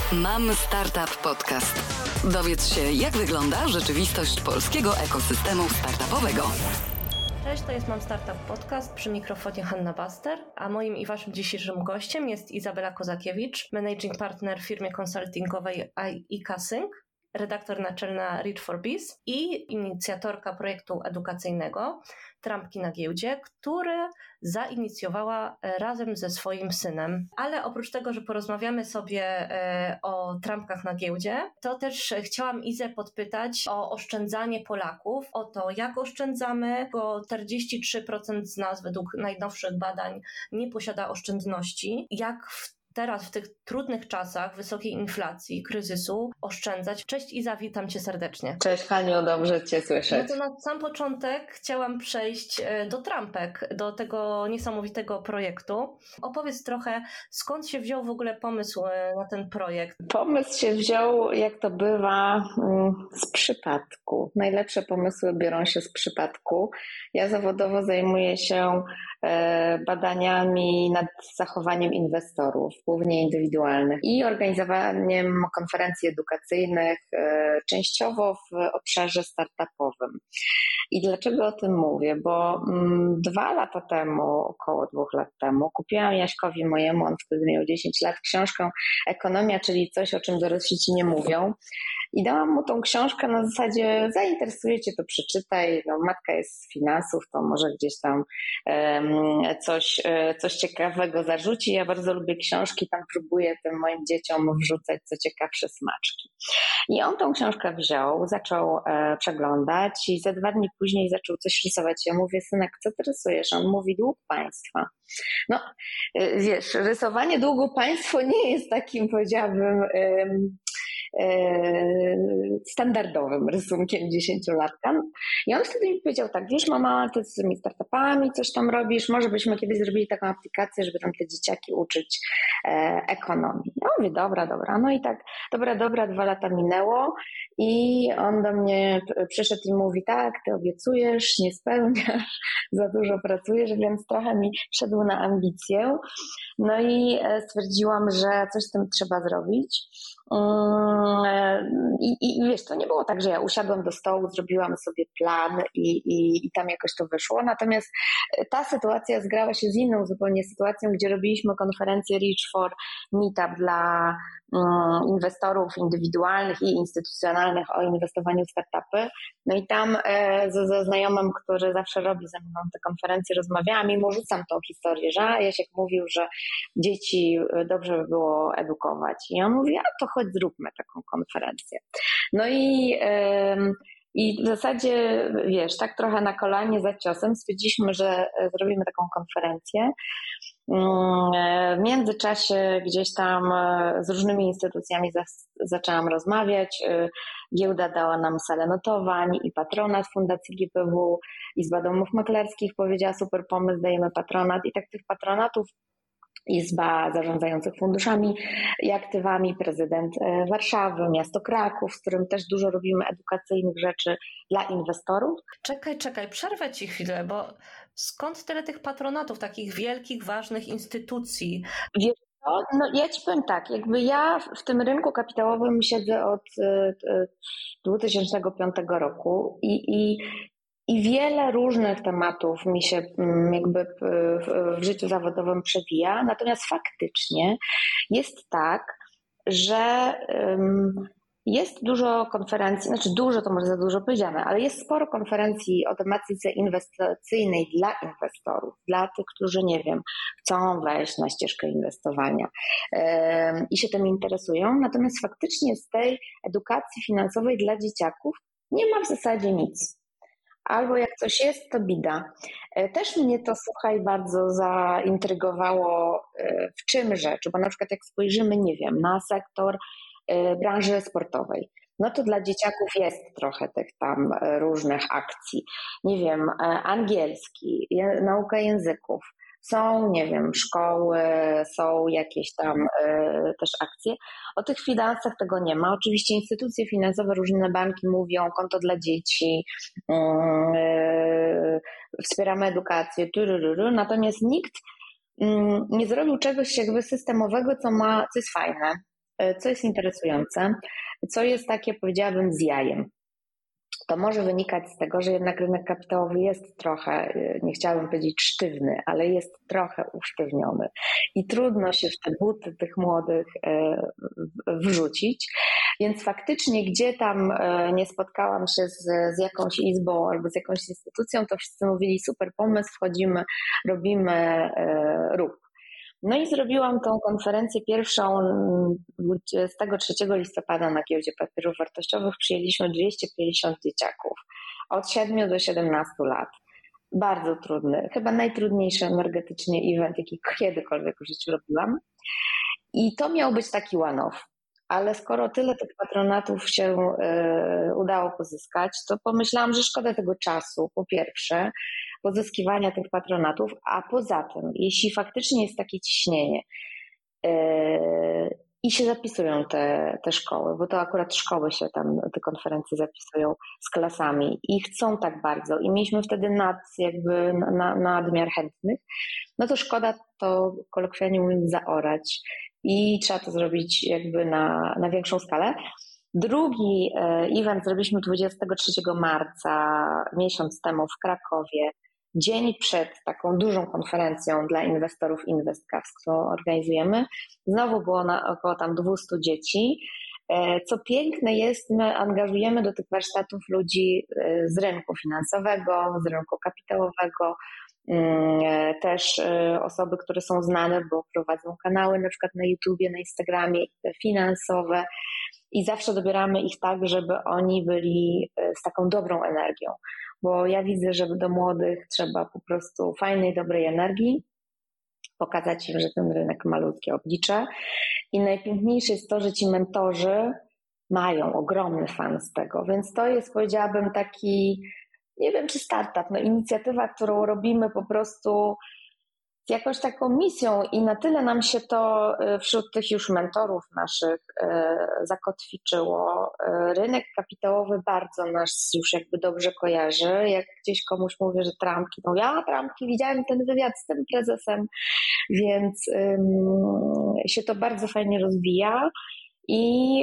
Mam Startup Podcast. Dowiedz się, jak wygląda rzeczywistość polskiego ekosystemu startupowego. Cześć, to jest Mam Startup Podcast, przy mikrofonie Hanna Baster, a moim i waszym dzisiejszym gościem jest Izabela Kozakiewicz, managing partner w firmie konsultingowej iCasync, redaktor naczelna Reach for Biz i inicjatorka projektu edukacyjnego Trampki na giełdzie, który zainicjowała razem ze swoim synem. Ale oprócz tego, że porozmawiamy sobie o trampkach na giełdzie, to też chciałam Izę podpytać o oszczędzanie Polaków, o to, jak oszczędzamy, bo 43% z nas według najnowszych badań nie posiada oszczędności. Teraz w tych trudnych czasach wysokiej inflacji, kryzysu oszczędzać. Cześć Iza, witam Cię serdecznie. Cześć Haniu, dobrze Cię słyszeć. No to na sam początek chciałam przejść do trampek, do tego niesamowitego projektu. Opowiedz trochę, skąd się wziął w ogóle pomysł na ten projekt? Pomysł się wziął, jak to bywa, z przypadku. Najlepsze pomysły biorą się z przypadku. Ja zawodowo zajmuję się badaniami nad zachowaniem inwestorów, głównie indywidualnych, i organizowaniem konferencji edukacyjnych, częściowo w obszarze startupowym. I dlaczego o tym mówię? Bo 2 lata temu, około 2 lat temu, kupiłam Jaśkowi mojemu, on wtedy miał 10 lat, książkę Ekonomia, czyli coś, o czym dorośli ci nie mówią. I dałam mu tą książkę na zasadzie, zainteresuje cię, to przeczytaj, no, matka jest z finansów, to może gdzieś tam coś ciekawego zarzuci. Ja bardzo lubię książki, tam próbuję tym moim dzieciom wrzucać co ciekawsze smaczki. I on tą książkę wziął, zaczął przeglądać i ze 2 dni później zaczął coś rysować. Ja mówię, synek, co ty rysujesz? On mówi, dług państwa. No, wiesz, rysowanie długu państwa nie jest takim, powiedziałabym, standardowym rysunkiem 10-latka. I on wtedy mi powiedział tak, wiesz mama, ty z tymi startupami coś tam robisz, może byśmy kiedyś zrobili taką aplikację, żeby tam te dzieciaki uczyć ekonomii. Ja mówię, dobra. No i tak, dobra, 2 lata minęło i on do mnie przyszedł i mówi, tak, ty obiecujesz, nie spełniasz, za dużo pracujesz, więc trochę mi szedł na ambicję. No i stwierdziłam, że coś z tym trzeba zrobić. I wiesz, to nie było tak, że ja usiadłam do stołu, zrobiłam sobie plan i tam jakoś to wyszło, natomiast ta sytuacja zgrała się z inną zupełnie sytuacją, gdzie robiliśmy konferencję Reach for Meetup dla inwestorów indywidualnych i instytucjonalnych o inwestowaniu w startupy. No i tam ze znajomym, który zawsze robi ze mną te konferencje, rozmawiałam i mu rzucam tą historię, że Jasiek mówił, że dzieci dobrze by było edukować. I on mówi, a to chodź zróbmy taką konferencję. No i w zasadzie, wiesz, tak trochę na kolanie za ciosem stwierdziliśmy, że zrobimy taką konferencję. W międzyczasie gdzieś tam z różnymi instytucjami zaczęłam rozmawiać. Giełda dała nam salę notowań i patronat Fundacji GPW. Izba Domów Maklerskich powiedziała, super pomysł, dajemy patronat. I tak tych patronatów Izba Zarządzających Funduszami i Aktywami, prezydent Warszawy, miasto Kraków, z którym też dużo robimy edukacyjnych rzeczy dla inwestorów. Czekaj, przerwę Ci chwilę, bo skąd tyle tych patronatów, takich wielkich, ważnych instytucji? Wiesz co? No ja Ci powiem tak, jakby ja w tym rynku kapitałowym siedzę od 2005 roku i wiele różnych tematów mi się jakby w życiu zawodowym przewija, natomiast faktycznie jest tak, że jest dużo konferencji, znaczy dużo to może za dużo powiedziane, ale jest sporo konferencji o tematyce inwestycyjnej dla inwestorów, dla tych, którzy, nie wiem, chcą wejść na ścieżkę inwestowania i się tym interesują, natomiast faktycznie z tej edukacji finansowej dla dzieciaków nie ma w zasadzie nic. Albo jak coś jest, to bida. Też mnie to, słuchaj, bardzo zaintrygowało w czym rzecz, bo na przykład jak spojrzymy, nie wiem, na sektor branży sportowej, no to dla dzieciaków jest trochę tych tam różnych akcji. Nie wiem, angielski, nauka języków. Są, nie wiem, szkoły, są jakieś tam też akcje. O tych finansach tego nie ma. Oczywiście instytucje finansowe, różne banki mówią, konto dla dzieci, wspieramy edukację, natomiast nikt nie zrobił czegoś jakby systemowego, co jest fajne. co jest interesujące, co jest takie, powiedziałabym, z jajem. To może wynikać z tego, że jednak rynek kapitałowy jest trochę, nie chciałabym powiedzieć sztywny, ale jest trochę usztywniony i trudno się w te buty tych młodych wrzucić. Więc faktycznie, gdzie tam nie spotkałam się z jakąś izbą albo z jakąś instytucją, to wszyscy mówili: super pomysł, wchodzimy, robimy ruch. No i zrobiłam tą konferencję pierwszą 23 listopada na Giełdzie Papierów Wartościowych. Przyjęliśmy 250 dzieciaków od 7 do 17 lat. Bardzo trudny, chyba najtrudniejszy energetycznie event, jaki kiedykolwiek w życiu robiłam. I to miał być taki one-off. Ale skoro tyle tych patronatów się udało pozyskać, to pomyślałam, że szkoda tego czasu, po pierwsze, pozyskiwania tych patronatów, a poza tym, jeśli faktycznie jest takie ciśnienie i się zapisują te szkoły, bo to akurat szkoły się tam, te konferencje zapisują z klasami i chcą tak bardzo i mieliśmy wtedy nadmiar chętnych, no to szkoda to, kolokwialnie mówiąc, zaorać i trzeba to zrobić jakby na większą skalę. Drugi event zrobiliśmy 23 marca, miesiąc temu w Krakowie, dzień przed taką dużą konferencją dla inwestorów InvestCaps, którą organizujemy. Znowu było około tam 200 dzieci. Co piękne jest, my angażujemy do tych warsztatów ludzi z rynku finansowego, z rynku kapitałowego, też osoby, które są znane, bo prowadzą kanały na przykład na YouTubie, na Instagramie finansowe i zawsze dobieramy ich tak, żeby oni byli z taką dobrą energią, bo ja widzę, że do młodych trzeba po prostu fajnej, dobrej energii, pokazać im, że ten rynek ma ludzkie oblicze i najpiękniejsze jest to, że ci mentorzy mają ogromny fan z tego, więc to jest, powiedziałabym, taki, nie wiem czy startup, no inicjatywa, którą robimy po prostu z jakąś taką misją i na tyle nam się to wśród tych już mentorów naszych zakotwiczyło. Rynek kapitałowy bardzo nas już jakby dobrze kojarzy. Jak gdzieś komuś mówię, że trampki, to ja trampki, widziałem ten wywiad z tym prezesem, więc się to bardzo fajnie rozwija. I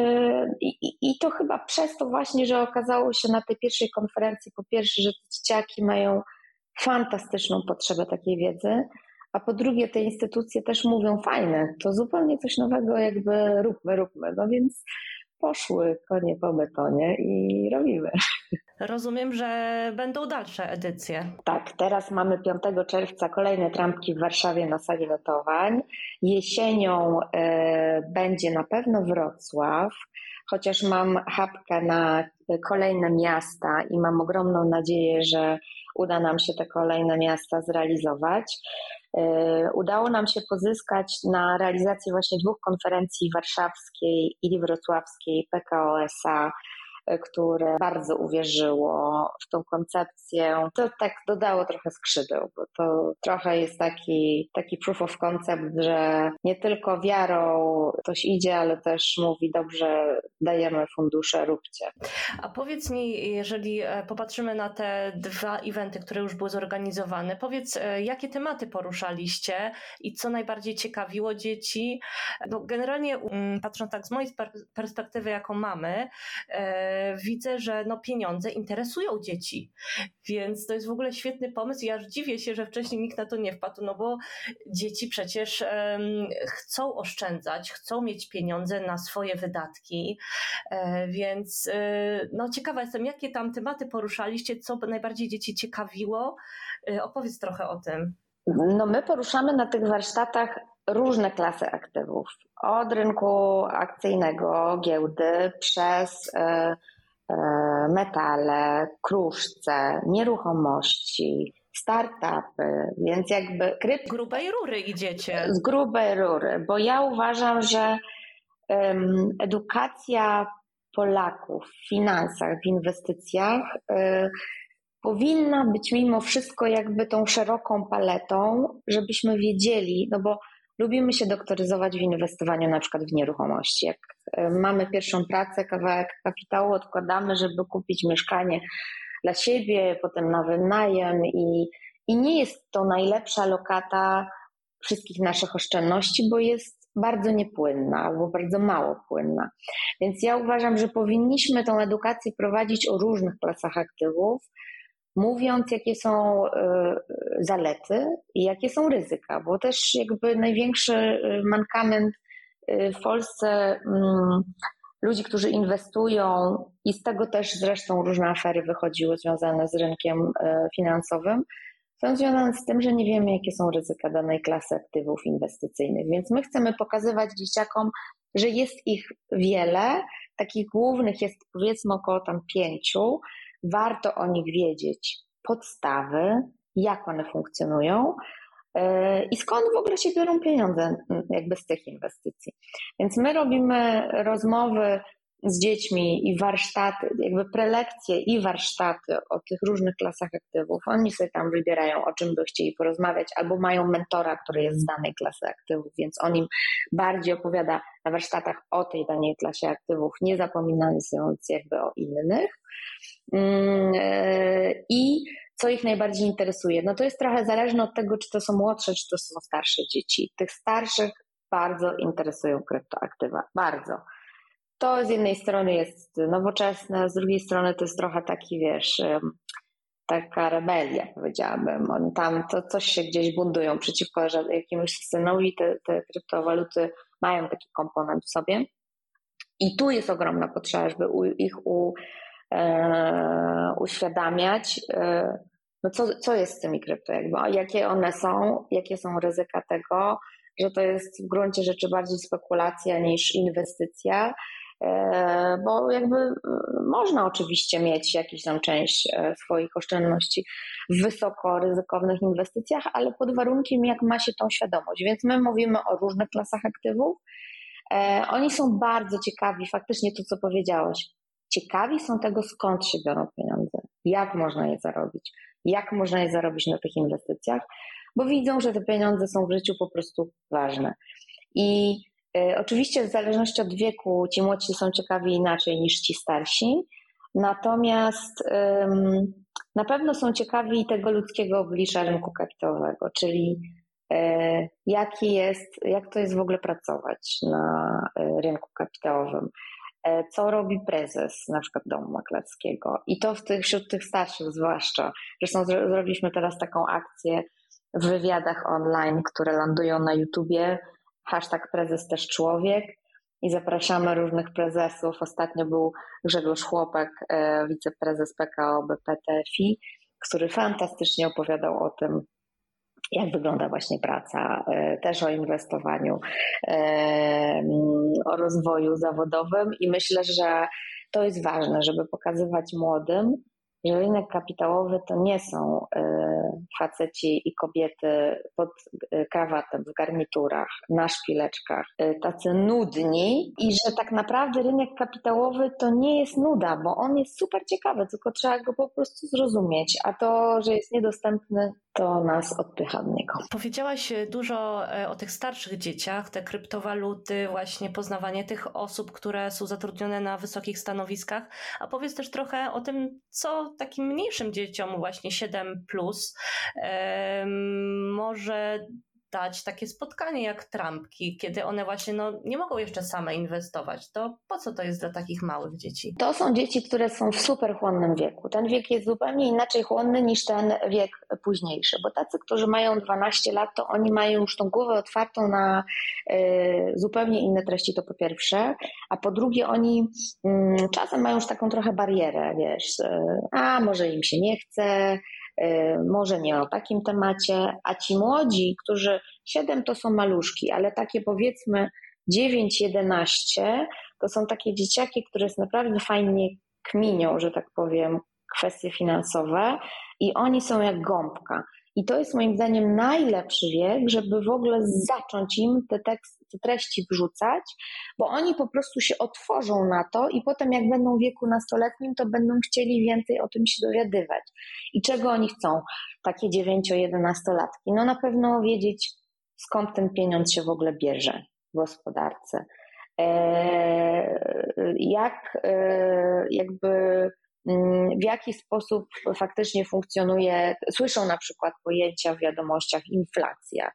to chyba przez to właśnie, że okazało się na tej pierwszej konferencji, po pierwsze, że te dzieciaki mają fantastyczną potrzebę takiej wiedzy, a po drugie te instytucje też mówią: fajne, to zupełnie coś nowego, jakby róbmy. No więc poszły konie po betonie i robimy. Rozumiem, że będą dalsze edycje. Tak, teraz mamy 5 czerwca kolejne trampki w Warszawie na sali notowań. Jesienią będzie na pewno Wrocław, chociaż mam chapkę na kolejne miasta i mam ogromną nadzieję, że uda nam się te kolejne miasta zrealizować. Udało nam się pozyskać na realizację właśnie 2 konferencji warszawskiej i wrocławskiej PKO SA, które bardzo uwierzyło w tą koncepcję. To tak dodało trochę skrzydeł, bo to trochę jest taki proof of concept, że nie tylko wiarą ktoś idzie, ale też mówi: dobrze, dajemy fundusze, róbcie. A powiedz mi, jeżeli popatrzymy na te 2 eventy, które już były zorganizowane, powiedz, jakie tematy poruszaliście i co najbardziej ciekawiło dzieci? Bo generalnie patrząc tak z mojej perspektywy, jaką mamy, widzę, że pieniądze interesują dzieci, więc to jest w ogóle świetny pomysł i aż dziwię się, że wcześniej nikt na to nie wpadł, no bo dzieci przecież chcą oszczędzać, chcą mieć pieniądze na swoje wydatki, więc ciekawa jestem, jakie tam tematy poruszaliście, co najbardziej dzieci ciekawiło, opowiedz trochę o tym. No my poruszamy na tych warsztatach różne klasy aktywów, od rynku akcyjnego, giełdy, przez metale, kruszce, nieruchomości, startupy, więc jakby Z grubej rury idziecie. Z grubej rury, bo ja uważam, że edukacja Polaków w finansach, w inwestycjach powinna być mimo wszystko jakby tą szeroką paletą, żebyśmy wiedzieli, no bo lubimy się doktoryzować w inwestowaniu na przykład w nieruchomości. Jak mamy pierwszą pracę, kawałek kapitału odkładamy, żeby kupić mieszkanie dla siebie, potem na wynajem i nie jest to najlepsza lokata wszystkich naszych oszczędności, bo jest bardzo niepłynna albo bardzo mało płynna. Więc ja uważam, że powinniśmy tą edukację prowadzić o różnych klasach aktywów, mówiąc, jakie są zalety i jakie są ryzyka, bo też jakby największy mankament w Polsce ludzi, którzy inwestują i z tego też zresztą różne afery wychodziły związane z rynkiem finansowym, są związane z tym, że nie wiemy, jakie są ryzyka danej klasy aktywów inwestycyjnych. Więc my chcemy pokazywać dzieciakom, że jest ich wiele, takich głównych jest powiedzmy około tam 5. Warto o nich wiedzieć podstawy, jak one funkcjonują i skąd w ogóle się biorą pieniądze jakby z tych inwestycji. Więc my robimy rozmowy z dziećmi i warsztaty, jakby prelekcje i warsztaty o tych różnych klasach aktywów. Oni sobie tam wybierają, o czym by chcieli porozmawiać, albo mają mentora, który jest z danej klasy aktywów, więc on im bardziej opowiada na warsztatach o tej danej klasie aktywów, nie zapominając jakby o innych. I co ich najbardziej interesuje? No to jest trochę zależne od tego, czy to są młodsze, czy to są starsze dzieci. Tych starszych bardzo interesują kryptoaktywa, bardzo. To z jednej strony jest nowoczesne, z drugiej strony to jest trochę taki, wiesz, taka rebelia, powiedziałabym. Oni tam to coś się gdzieś buntują przeciwko jakiemuś systemowi, te kryptowaluty mają taki komponent w sobie. I tu jest ogromna potrzeba, żeby ich uświadamiać, no co jest z tymi krypto, jakby, jakie one są, jakie są ryzyka tego, że to jest w gruncie rzeczy bardziej spekulacja niż inwestycja, bo jakby można oczywiście mieć jakąś tam część swoich oszczędności w wysoko ryzykownych inwestycjach, ale pod warunkiem, jak ma się tą świadomość. Więc my mówimy o różnych klasach aktywów. Oni są bardzo ciekawi, faktycznie to, co powiedziałeś. Ciekawi są tego, skąd się biorą pieniądze, jak można je zarobić, jak można je zarobić na tych inwestycjach, bo widzą, że te pieniądze są w życiu po prostu ważne. I oczywiście w zależności od wieku ci młodsi są ciekawi inaczej niż ci starsi, natomiast na pewno są ciekawi tego ludzkiego oblicza rynku kapitałowego, czyli jak to jest w ogóle pracować na rynku kapitałowym, co robi prezes na przykład domu maklerskiego i to wśród tych starszych zwłaszcza. Zresztą zrobiliśmy teraz taką akcję w wywiadach online, które lądują na YouTubie, #prezes też człowiek i zapraszamy różnych prezesów. Ostatnio był Grzegorz Chłopek, wiceprezes PKO BP TFI, który fantastycznie opowiadał o tym, jak wygląda właśnie praca, też o inwestowaniu, o rozwoju zawodowym i myślę, że to jest ważne, żeby pokazywać młodym, że rynek kapitałowy to nie są faceci i kobiety pod krawatem, w garniturach, na szpileczkach, tacy nudni i że tak naprawdę rynek kapitałowy to nie jest nuda, bo on jest super ciekawy, tylko trzeba go po prostu zrozumieć, a to, że jest niedostępny, to nas odpycha od niego. Powiedziałaś dużo o tych starszych dzieciach, te kryptowaluty, właśnie poznawanie tych osób, które są zatrudnione na wysokich stanowiskach, a powiedz też trochę o tym, co takim mniejszym dzieciom, właśnie 7+, może dać takie spotkanie jak trampki, kiedy one właśnie nie mogą jeszcze same inwestować. To po co to jest dla takich małych dzieci? To są dzieci, które są w super chłonnym wieku. Ten wiek jest zupełnie inaczej chłonny niż ten wiek późniejszy, bo tacy, którzy mają 12 lat, to oni mają już tą głowę otwartą na zupełnie inne treści, to po pierwsze, a po drugie oni czasem mają już taką trochę barierę, wiesz, a może im się nie chce, może nie o takim temacie, a ci młodzi, którzy 7 to są maluszki, ale takie powiedzmy 9-11 to są takie dzieciaki, które naprawdę fajnie kminią, że tak powiem, kwestie finansowe i oni są jak gąbka. I to jest moim zdaniem najlepszy wiek, żeby w ogóle zacząć im te treści wrzucać, bo oni po prostu się otworzą na to i potem jak będą w wieku nastoletnim, to będą chcieli więcej o tym się dowiadywać. I czego oni chcą, takie 9-11-latki? No na pewno wiedzieć, skąd ten pieniądz się w ogóle bierze w gospodarce. W jaki sposób faktycznie funkcjonuje, słyszą na przykład pojęcia w wiadomościach inflacja,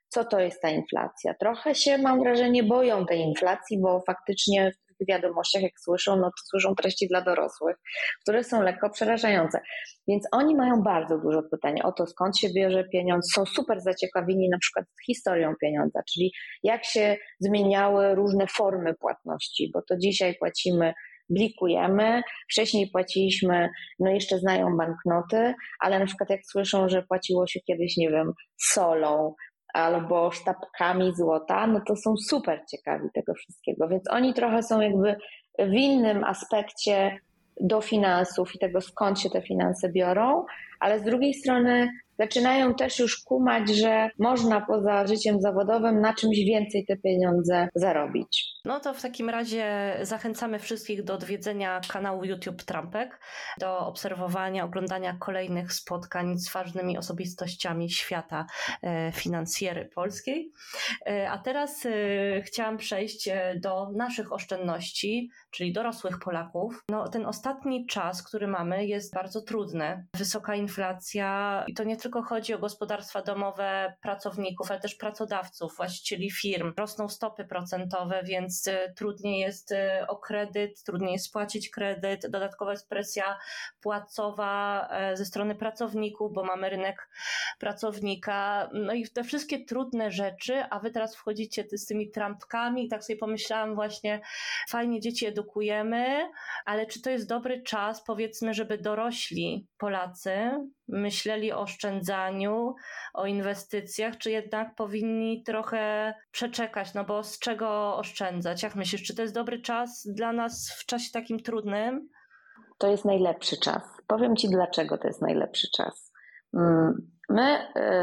co to jest ta inflacja. Trochę się, mam wrażenie, boją tej inflacji, bo faktycznie w wiadomościach, jak słyszą, no to słyszą treści dla dorosłych, które są lekko przerażające. Więc oni mają bardzo dużo pytań o to, skąd się bierze pieniądz. Są super zaciekawieni na przykład historią pieniądza, czyli jak się zmieniały różne formy płatności, bo to dzisiaj płacimy, blikujemy, wcześniej płaciliśmy, no jeszcze znają banknoty, ale na przykład jak słyszą, że płaciło się kiedyś, nie wiem, solą albo sztabkami złota, no to są super ciekawi tego wszystkiego, więc oni trochę są jakby w innym aspekcie do finansów i tego, skąd się te finanse biorą, ale z drugiej strony zaczynają też już kumać, że można poza życiem zawodowym na czymś więcej te pieniądze zarobić. No to w takim razie zachęcamy wszystkich do odwiedzenia kanału YouTube Trumpek, do obserwowania, oglądania kolejnych spotkań z ważnymi osobistościami świata finansjery polskiej. A teraz chciałam przejść do naszych oszczędności, czyli dorosłych Polaków. No, ten ostatni czas, który mamy, jest bardzo trudny. Wysoka inflacja i to nie tylko chodzi o gospodarstwa domowe pracowników, ale też pracodawców, właścicieli firm. Rosną stopy procentowe, więc trudniej jest o kredyt, trudniej jest spłacić kredyt, dodatkowa jest presja płacowa ze strony pracowników, bo mamy rynek pracownika. No i te wszystkie trudne rzeczy, a wy teraz wchodzicie z tymi trampkami i tak sobie pomyślałam właśnie, fajnie dzieci edukujemy, ale czy to jest dobry czas, powiedzmy, żeby dorośli Polacy myśleli o oszczędzaniu, o inwestycjach, czy jednak powinni trochę przeczekać, no bo z czego oszczędzać? Jak myślisz, czy to jest dobry czas dla nas w czasie takim trudnym? To jest najlepszy czas. Powiem Ci, dlaczego to jest najlepszy czas. My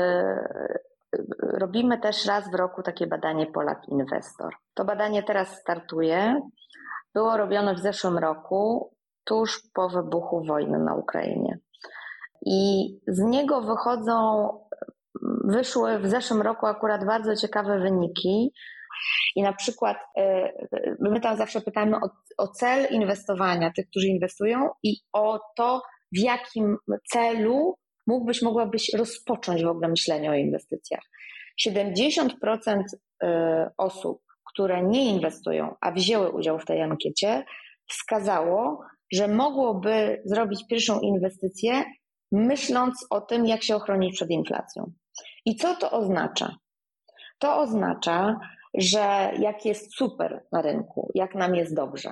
robimy też raz w roku takie badanie Polak Inwestor. To badanie teraz startuje. Było robione w zeszłym roku, tuż po wybuchu wojny na Ukrainie. I z niego wyszły w zeszłym roku akurat bardzo ciekawe wyniki. I na przykład my tam zawsze pytamy o cel inwestowania tych, którzy inwestują i o to, w jakim celu mogłabyś rozpocząć w ogóle myślenie o inwestycjach. 70% osób, które nie inwestują, a wzięły udział w tej ankiecie, wskazało, że mogłoby zrobić pierwszą inwestycję, myśląc o tym, jak się ochronić przed inflacją. I co to oznacza? To oznacza, że jak jest super na rynku, jak nam jest dobrze,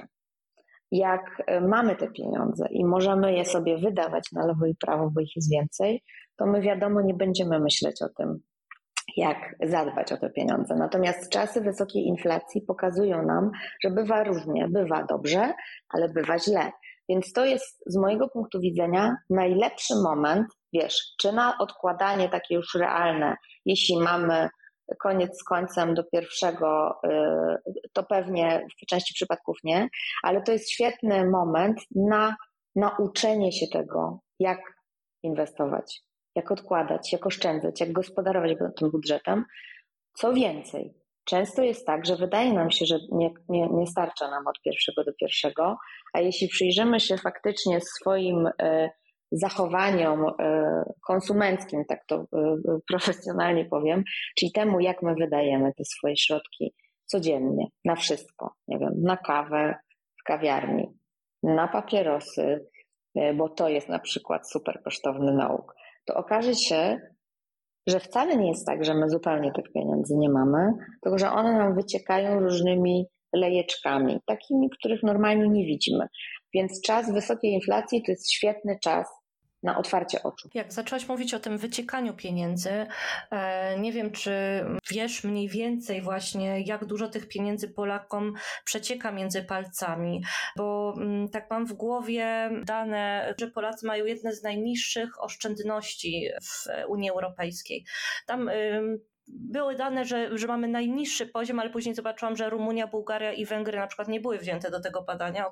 jak mamy te pieniądze i możemy je sobie wydawać na lewo i prawo, bo ich jest więcej, to my wiadomo nie będziemy myśleć o tym, jak zadbać o te pieniądze. Natomiast czasy wysokiej inflacji pokazują nam, że bywa różnie, bywa dobrze, ale bywa źle. Więc to jest z mojego punktu widzenia najlepszy moment, czy na odkładanie takie już realne, jeśli mamy koniec z końcem do pierwszego, to pewnie w części przypadków nie, ale to jest świetny moment na nauczenie się tego, jak inwestować, jak odkładać, jak oszczędzać, jak gospodarować tym budżetem. Co więcej, często jest tak, że wydaje nam się, że nie starcza nam od pierwszego do pierwszego, a jeśli przyjrzymy się faktycznie swoim zachowaniom konsumenckim, tak to profesjonalnie powiem, czyli temu, jak my wydajemy te swoje środki codziennie, na wszystko, nie wiem, na kawę w kawiarni, na papierosy, bo to jest na przykład super kosztowny nauk, to okaże się, że wcale nie jest tak, że my zupełnie tych pieniędzy nie mamy, tylko że one nam wyciekają różnymi lejeczkami, takimi, których normalnie nie widzimy. Więc czas wysokiej inflacji to jest świetny czas na otwarcie oczu. Jak zaczęłaś mówić o tym wyciekaniu pieniędzy, nie wiem, czy wiesz mniej więcej właśnie, jak dużo tych pieniędzy Polakom przecieka między palcami, bo tak mam w głowie dane, że Polacy mają jedne z najniższych oszczędności w Unii Europejskiej. Tam były dane, że mamy najniższy poziom, ale później zobaczyłam, że Rumunia, Bułgaria i Węgry na przykład nie były wzięte do tego badania,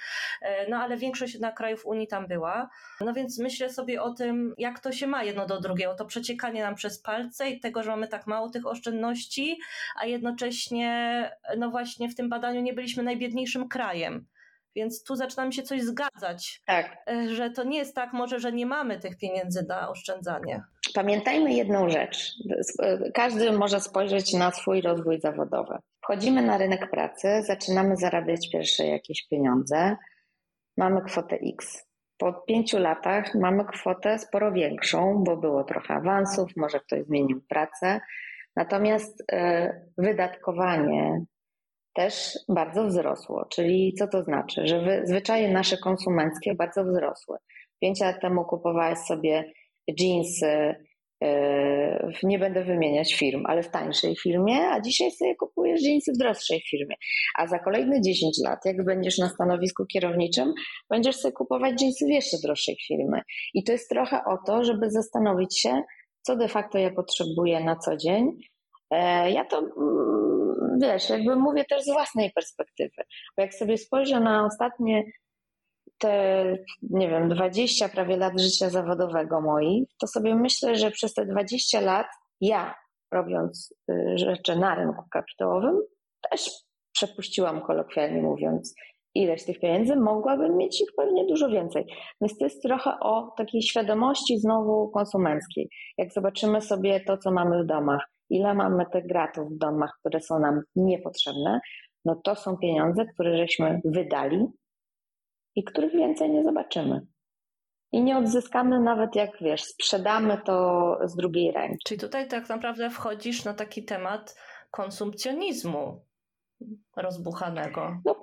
no ale większość jednak krajów Unii tam była. No więc myślę sobie o tym, jak to się ma jedno do drugiego, to przeciekanie nam przez palce i tego, że mamy tak mało tych oszczędności, a jednocześnie no właśnie w tym badaniu nie byliśmy najbiedniejszym krajem. Więc tu zaczyna mi się coś zgadzać, tak, że to nie jest tak może, że nie mamy tych pieniędzy na oszczędzanie. pamiętajmy jedną rzecz. Każdy może spojrzeć na swój rozwój zawodowy. Wchodzimy na rynek pracy, zaczynamy zarabiać pierwsze jakieś pieniądze, mamy kwotę X. Po 5 latach mamy kwotę sporo większą, bo było trochę awansów, może ktoś zmienił pracę. Natomiast wydatkowanie też bardzo wzrosło. Czyli co to znaczy? Że zwyczaje nasze konsumenckie bardzo wzrosły. 5 lat temu kupowałaś sobie dżinsy, nie będę wymieniać firm, ale w tańszej firmie, a dzisiaj sobie kupujesz dżinsy w droższej firmie. A za kolejne 10 lat, jak będziesz na stanowisku kierowniczym, będziesz sobie kupować dżinsy w jeszcze droższej firmy. I to jest trochę o to, żeby zastanowić się, co de facto ja potrzebuję na co dzień. Ja to, wiesz, jakby mówię też z własnej perspektywy, bo jak sobie spojrzę na ostatnie te, nie wiem, 20 prawie lat życia zawodowego moich, to sobie myślę, że przez te 20 lat ja, robiąc rzeczy na rynku kapitałowym, też przepuściłam, kolokwialnie mówiąc, ileś tych pieniędzy, mogłabym mieć ich pewnie dużo więcej. Więc to jest trochę o takiej świadomości znowu konsumenckiej. Jak zobaczymy sobie to, co mamy w domach, ile mamy tych gratów w domach, które są nam niepotrzebne, no to są pieniądze, które żeśmy wydali i których więcej nie zobaczymy. I nie odzyskamy nawet, jak wiesz, sprzedamy to z drugiej ręki. Czyli tutaj tak naprawdę wchodzisz na taki temat konsumpcjonizmu rozbuchanego. No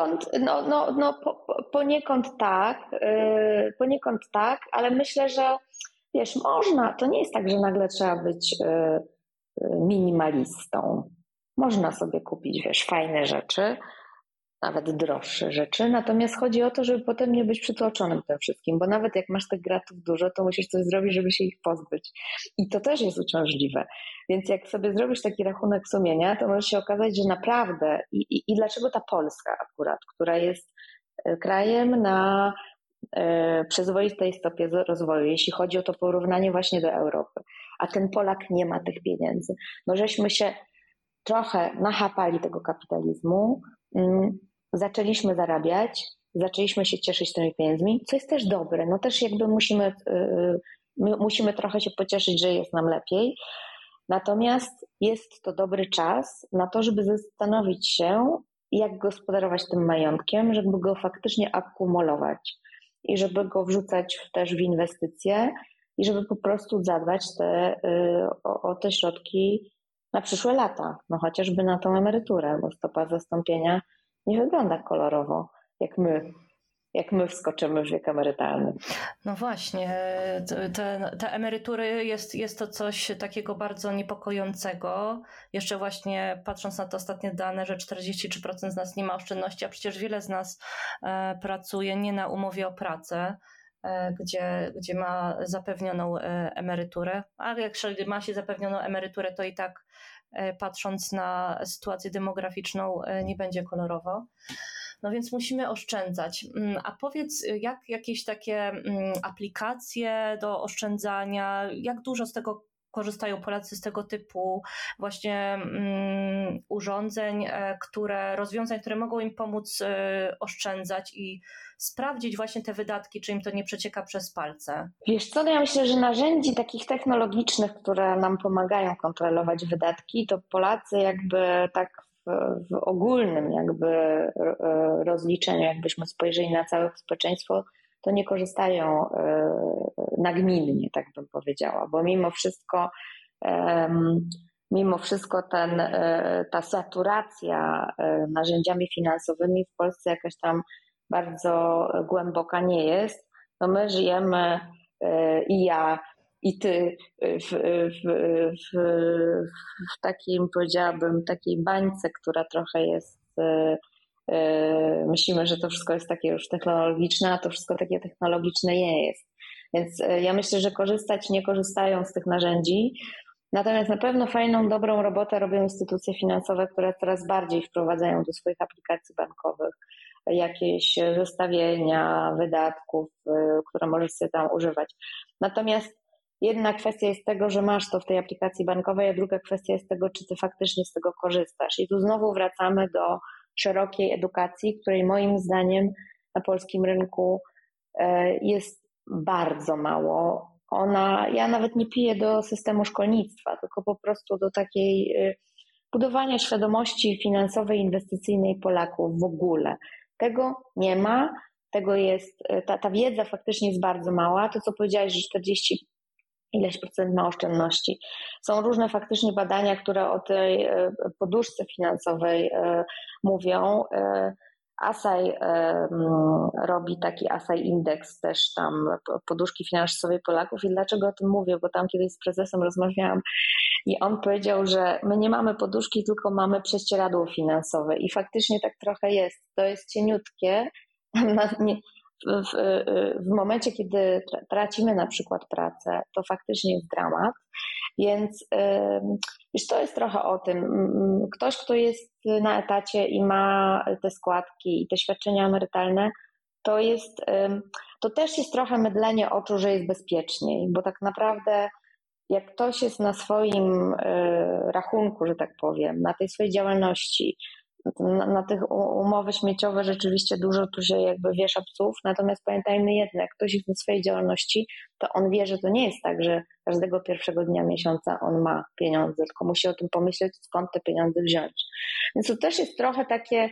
poniekąd tak, ale myślę, że wiesz, można, to nie jest tak, że nagle trzeba być minimalistą. Można sobie kupić, wiesz, fajne rzeczy, nawet droższe rzeczy, natomiast chodzi o to, żeby potem nie być przytłoczonym tym wszystkim, bo nawet jak masz tych gratów dużo, to musisz coś zrobić, żeby się ich pozbyć. I to też jest uciążliwe. Więc jak sobie zrobisz taki rachunek sumienia, to może się okazać, że naprawdę i dlaczego ta Polska akurat, która jest krajem na przyzwoitej stopie rozwoju, jeśli chodzi o to porównanie właśnie do Europy, a ten Polak nie ma tych pieniędzy. No żeśmy się trochę nachapali tego kapitalizmu, zaczęliśmy zarabiać, zaczęliśmy się cieszyć tymi pieniędzmi, co jest też dobre. No też jakby musimy trochę się pocieszyć, że jest nam lepiej. Natomiast jest to dobry czas na to, żeby zastanowić się, jak gospodarować tym majątkiem, żeby go faktycznie akumulować i żeby go wrzucać też w inwestycje i żeby po prostu zadbać o te środki na przyszłe lata, no chociażby na tą emeryturę, bo stopa zastąpienia nie wygląda kolorowo, jak my wskoczymy w wiek emerytalny. No właśnie, te emerytury jest to coś takiego bardzo niepokojącego. Jeszcze właśnie patrząc na te ostatnie dane, że 43% z nas nie ma oszczędności, a przecież wiele z nas pracuje nie na umowie o pracę, gdzie ma zapewnioną emeryturę, ale jak ma się zapewnioną emeryturę, to i tak patrząc na sytuację demograficzną nie będzie kolorowo. No więc musimy oszczędzać. A powiedz, jak jakieś takie aplikacje do oszczędzania, jak dużo z tego korzystają Polacy, z tego typu właśnie urządzeń, rozwiązań, które mogą im pomóc oszczędzać i sprawdzić właśnie te wydatki, czy im to nie przecieka przez palce? Wiesz co, ja myślę, że narzędzi takich technologicznych, które nam pomagają kontrolować wydatki, to Polacy jakby tak w ogólnym jakby rozliczeniu, jakbyśmy spojrzeli na całe społeczeństwo, to nie korzystają nagminnie, tak bym powiedziała, bo mimo wszystko ta saturacja narzędziami finansowymi w Polsce jakaś tam bardzo głęboka nie jest. No my żyjemy i ja, i ty w takim, powiedziałabym, takiej bańce, która trochę jest, myślimy, że to wszystko jest takie już technologiczne, a to wszystko takie technologiczne nie jest. Więc ja myślę, że nie korzystają z tych narzędzi. Natomiast na pewno fajną, dobrą robotę robią instytucje finansowe, które coraz bardziej wprowadzają do swoich aplikacji bankowych jakieś zestawienia wydatków, które możesz sobie tam używać. Natomiast jedna kwestia jest tego, że masz to w tej aplikacji bankowej, a druga kwestia jest tego, czy ty faktycznie z tego korzystasz. I tu znowu wracamy do szerokiej edukacji, której moim zdaniem na polskim rynku jest bardzo mało, Ja nawet nie piję do systemu szkolnictwa, tylko po prostu do takiej budowania świadomości finansowej, inwestycyjnej Polaków w ogóle. Tego nie ma, tego jest, ta wiedza faktycznie jest bardzo mała. To, co powiedziałeś, że 40 ileś procent ma oszczędności. Są różne faktycznie badania, które o tej poduszce finansowej mówią. Asaj robi taki Asaj Indeks też tam poduszki finansowej Polaków i dlaczego o tym mówię, bo tam kiedyś z prezesem rozmawiałam i on powiedział, że my nie mamy poduszki, tylko mamy prześcieradło finansowe i faktycznie tak trochę jest. To jest cieniutkie. W momencie, kiedy tracimy na przykład pracę, to faktycznie jest dramat, więc wiesz, to jest trochę o tym. Ktoś, kto jest na etacie i ma te składki i te świadczenia emerytalne, to też jest trochę mydlenie oczu, że jest bezpieczniej, bo tak naprawdę jak ktoś jest na swoim rachunku, że tak powiem, na tej swojej działalności, na tych umowy śmieciowe rzeczywiście dużo tu się jakby wiesza psów, natomiast pamiętajmy jednak, jak ktoś jest na swojej działalności, to on wie, że to nie jest tak, że każdego pierwszego dnia miesiąca on ma pieniądze, tylko musi o tym pomyśleć, skąd te pieniądze wziąć. Więc to też jest trochę takie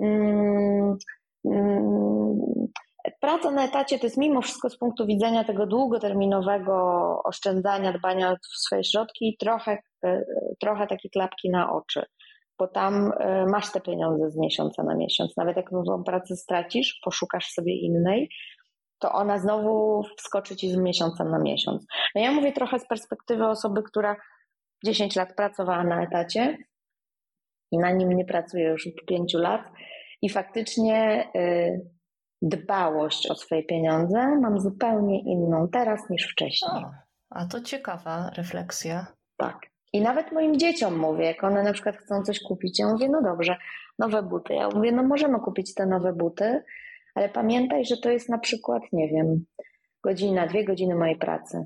praca na etacie to jest mimo wszystko z punktu widzenia tego długoterminowego oszczędzania, dbania o swoje środki trochę takie klapki na oczy, bo tam masz te pieniądze z miesiąca na miesiąc. Nawet jak nową pracę stracisz, poszukasz sobie innej, to ona znowu wskoczy ci z miesiąca na miesiąc. No ja mówię trochę z perspektywy osoby, która 10 lat pracowała na etacie i na nim nie pracuje już od 5 lat i faktycznie dbałość o swoje pieniądze mam zupełnie inną teraz niż wcześniej. A to ciekawa refleksja. Tak. I nawet moim dzieciom mówię, jak one na przykład chcą coś kupić, ja mówię, no dobrze, nowe buty. Ja mówię, no możemy kupić te nowe buty, ale pamiętaj, że to jest na przykład, nie wiem, godzina, 2 godziny mojej pracy.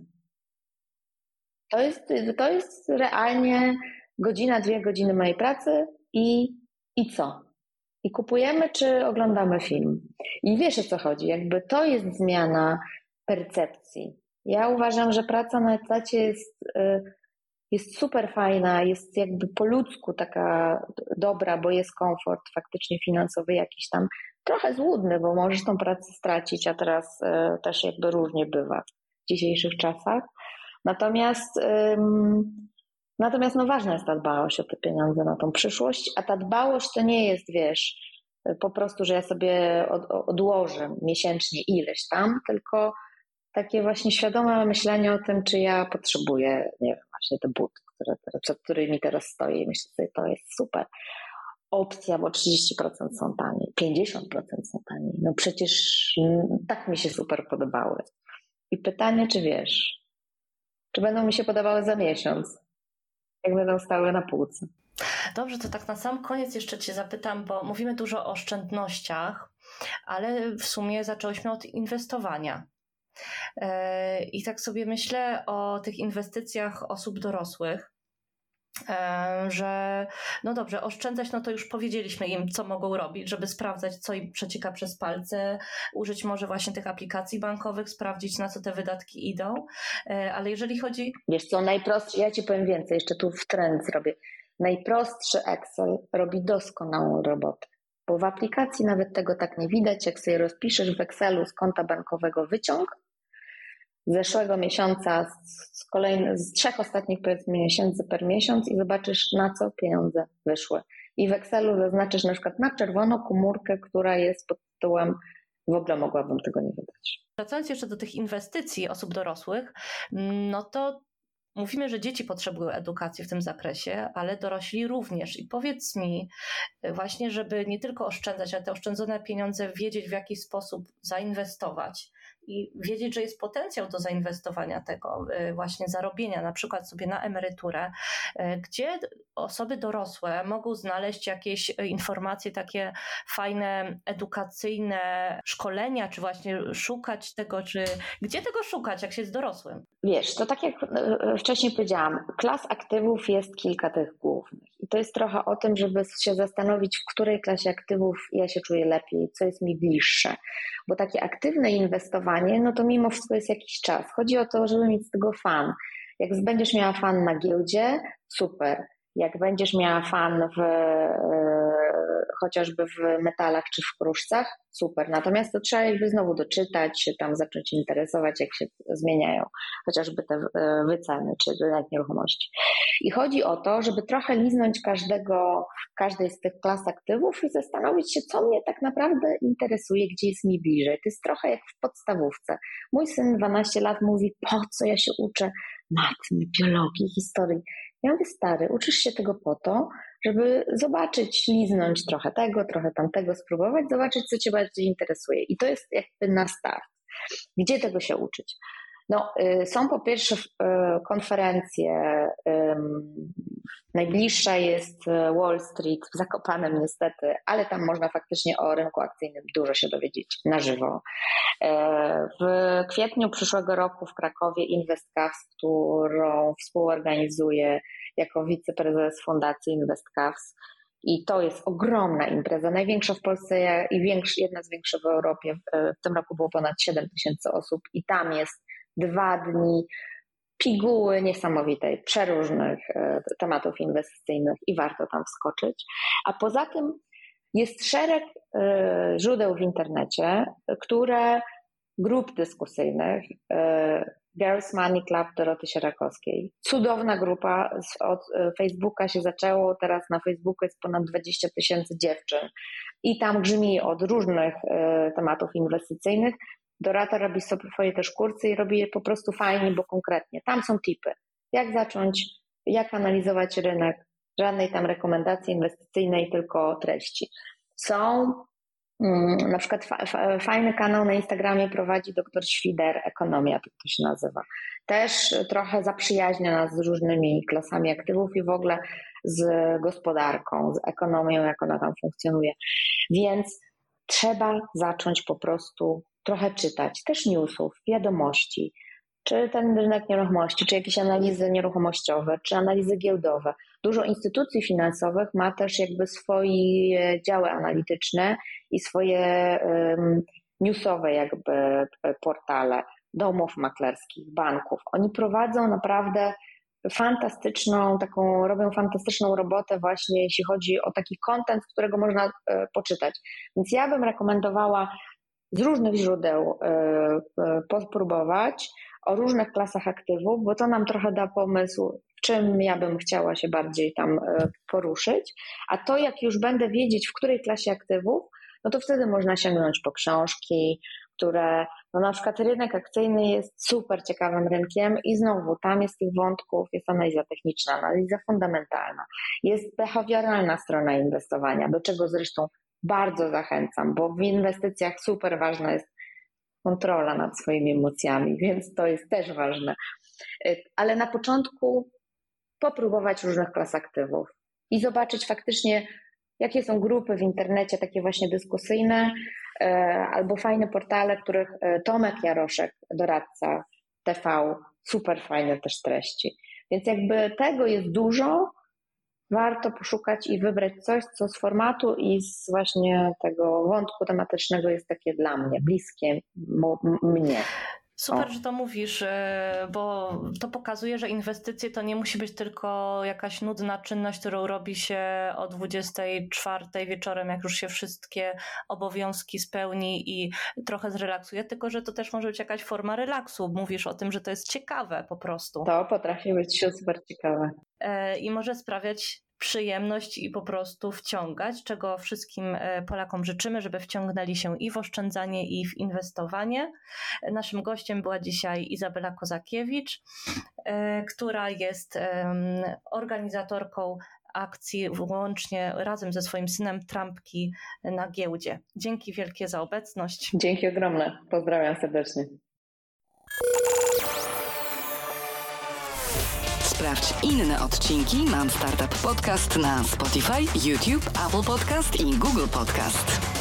To jest realnie godzina, 2 godziny mojej pracy i co? I kupujemy, czy oglądamy film? I wiesz, o co chodzi. Jakby to jest zmiana percepcji. Ja uważam, że praca na etacie jest super fajna, jest jakby po ludzku taka dobra, bo jest komfort faktycznie finansowy jakiś tam. Trochę złudny, bo możesz tą pracę stracić, a teraz też jakby różnie bywa w dzisiejszych czasach. Natomiast no ważna jest ta dbałość o te pieniądze na tą przyszłość, a ta dbałość to nie jest, wiesz, po prostu, że ja sobie odłożę miesięcznie ileś tam, tylko takie właśnie świadome myślenie o tym, czy ja potrzebuję, nie wiem, właśnie te buty, przed którymi teraz stoję i myślę sobie, to jest super opcja, bo 30% są taniej, 50% są taniej. No przecież tak mi się super podobały. I pytanie, czy wiesz, czy będą mi się podobały za miesiąc, jak będą stały na półce. Dobrze, to tak na sam koniec jeszcze Cię zapytam, bo mówimy dużo o oszczędnościach, ale w sumie zaczęłyśmy od inwestowania. I tak sobie myślę o tych inwestycjach osób dorosłych, że no dobrze, oszczędzać, no to już powiedzieliśmy im, co mogą robić, żeby sprawdzać, co im przecieka przez palce, użyć może właśnie tych aplikacji bankowych, sprawdzić, na co te wydatki idą, ale jeżeli chodzi... Wiesz co, najprostszy, ja Ci powiem więcej, jeszcze tu w trend zrobię. Najprostszy Excel robi doskonałą robotę, bo w aplikacji nawet tego tak nie widać, jak sobie rozpiszesz w Excelu z konta bankowego wyciąg z zeszłego miesiąca, z 3 ostatnich powiedzmy miesięcy per miesiąc i zobaczysz, na co pieniądze wyszły. I w Excelu zaznaczysz na przykład na czerwono komórkę, która jest pod tytułem w ogóle mogłabym tego nie wydać. Wracając jeszcze do tych inwestycji osób dorosłych, no to mówimy, że dzieci potrzebują edukacji w tym zakresie, ale dorośli również. I powiedz mi właśnie, żeby nie tylko oszczędzać, ale te oszczędzone pieniądze wiedzieć, w jaki sposób zainwestować i wiedzieć, że jest potencjał do zainwestowania tego, właśnie zarobienia, na przykład sobie na emeryturę, gdzie osoby dorosłe mogą znaleźć jakieś informacje takie fajne, edukacyjne, szkolenia, czy właśnie szukać tego, gdzie tego szukać, jak się jest dorosłym? Wiesz, to tak jak wcześniej powiedziałam, klas aktywów jest kilka tych głównych i to jest trochę o tym, żeby się zastanowić, w której klasie aktywów ja się czuję lepiej, co jest mi bliższe, bo takie aktywne inwestowanie inwestowanie, no to mimo wszystko jest jakiś czas. Chodzi o to, żeby mieć z tego fan. Jak będziesz miała fan na giełdzie, super. Jak będziesz miała fan chociażby w metalach czy w kruszcach, super. Natomiast to trzeba jakby znowu doczytać, się tam zacząć interesować, jak się zmieniają chociażby te wyceny czy rynek nieruchomości. I chodzi o to, żeby trochę liznąć każdej z tych klas aktywów i zastanowić się, co mnie tak naprawdę interesuje, gdzie jest mi bliżej. To jest trochę jak w podstawówce. Mój syn 12 lat mówi, po co ja się uczę matmy, biologii, historii. Ja mówię, stary, uczysz się tego po to, żeby zobaczyć, liznąć trochę tego, trochę tamtego, spróbować, zobaczyć, co cię bardziej interesuje. I to jest jakby na start. Gdzie tego się uczyć? No, są po pierwsze konferencje, najbliższa jest Wall Street w Zakopanem niestety, ale tam można faktycznie o rynku akcyjnym dużo się dowiedzieć na żywo. W kwietniu przyszłego roku w Krakowie InvestCavs, którą współorganizuję jako wiceprezes Fundacji InvestCavs, i to jest ogromna impreza, największa w Polsce i jedna z większych w Europie. W tym roku było ponad 7 000 osób i tam jest 2 dni piguły niesamowitej, przeróżnych tematów inwestycyjnych i warto tam wskoczyć. A poza tym jest szereg źródeł w internecie, grup dyskusyjnych, Girls Money Club Doroty Sierakowskiej. Cudowna grupa, od Facebooka się zaczęło, teraz na Facebooku jest ponad 20 000 dziewczyn i tam grzmi od różnych tematów inwestycyjnych. Dorota robi sobie swoje też kursy i robi je po prostu fajnie, bo konkretnie. Tam są tipy, jak zacząć, jak analizować rynek, żadnej tam rekomendacji inwestycyjnej, tylko treści. Są na przykład fajny kanał na Instagramie prowadzi dr Świder, Ekonomia, to się nazywa. Też trochę zaprzyjaźnia nas z różnymi klasami aktywów i w ogóle z gospodarką, z ekonomią, jak ona tam funkcjonuje. Więc trzeba zacząć po prostu trochę czytać, też newsów, wiadomości, czy ten rynek nieruchomości, czy jakieś analizy nieruchomościowe, czy analizy giełdowe. Dużo instytucji finansowych ma też jakby swoje działy analityczne i swoje newsowe jakby portale domów maklerskich, banków. Oni prowadzą naprawdę robią fantastyczną robotę właśnie jeśli chodzi o taki content, którego można poczytać. Więc ja bym rekomendowała z różnych źródeł popróbować o różnych klasach aktywów, bo to nam trochę da pomysł, w czym ja bym chciała się bardziej tam poruszyć, a to jak już będę wiedzieć, w której klasie aktywów, no to wtedy można sięgnąć po książki, które, no na przykład rynek akcyjny jest super ciekawym rynkiem i znowu tam jest tych wątków, jest analiza techniczna, analiza fundamentalna, jest behawioralna strona inwestowania, do czego zresztą bardzo zachęcam, bo w inwestycjach super ważna jest kontrola nad swoimi emocjami, więc to jest też ważne. Ale na początku popróbować różnych klas aktywów i zobaczyć faktycznie, jakie są grupy w internecie, takie właśnie dyskusyjne, albo fajne portale, których Tomek Jaroszek, doradca TV, super fajne też treści. Więc jakby tego jest dużo, warto poszukać i wybrać coś, co z formatu i z właśnie tego wątku tematycznego jest takie dla mnie, bliskie mnie. Super, że to mówisz, bo to pokazuje, że inwestycje to nie musi być tylko jakaś nudna czynność, którą robi się o 24 wieczorem, jak już się wszystkie obowiązki spełni i trochę zrelaksuje, tylko że to też może być jakaś forma relaksu. Mówisz o tym, że to jest ciekawe po prostu. To potrafi być super ciekawe. I może sprawiać przyjemność i po prostu wciągać, czego wszystkim Polakom życzymy, żeby wciągnęli się i w oszczędzanie, i w inwestowanie. Naszym gościem była dzisiaj Izabela Kozakiewicz, która jest organizatorką akcji łącznie razem ze swoim synem Trampki na giełdzie. Dzięki wielkie za obecność. Dzięki ogromne. Pozdrawiam serdecznie. Sprawdź inne odcinki Mam Startup Podcast na Spotify, YouTube, Apple Podcast i Google Podcast.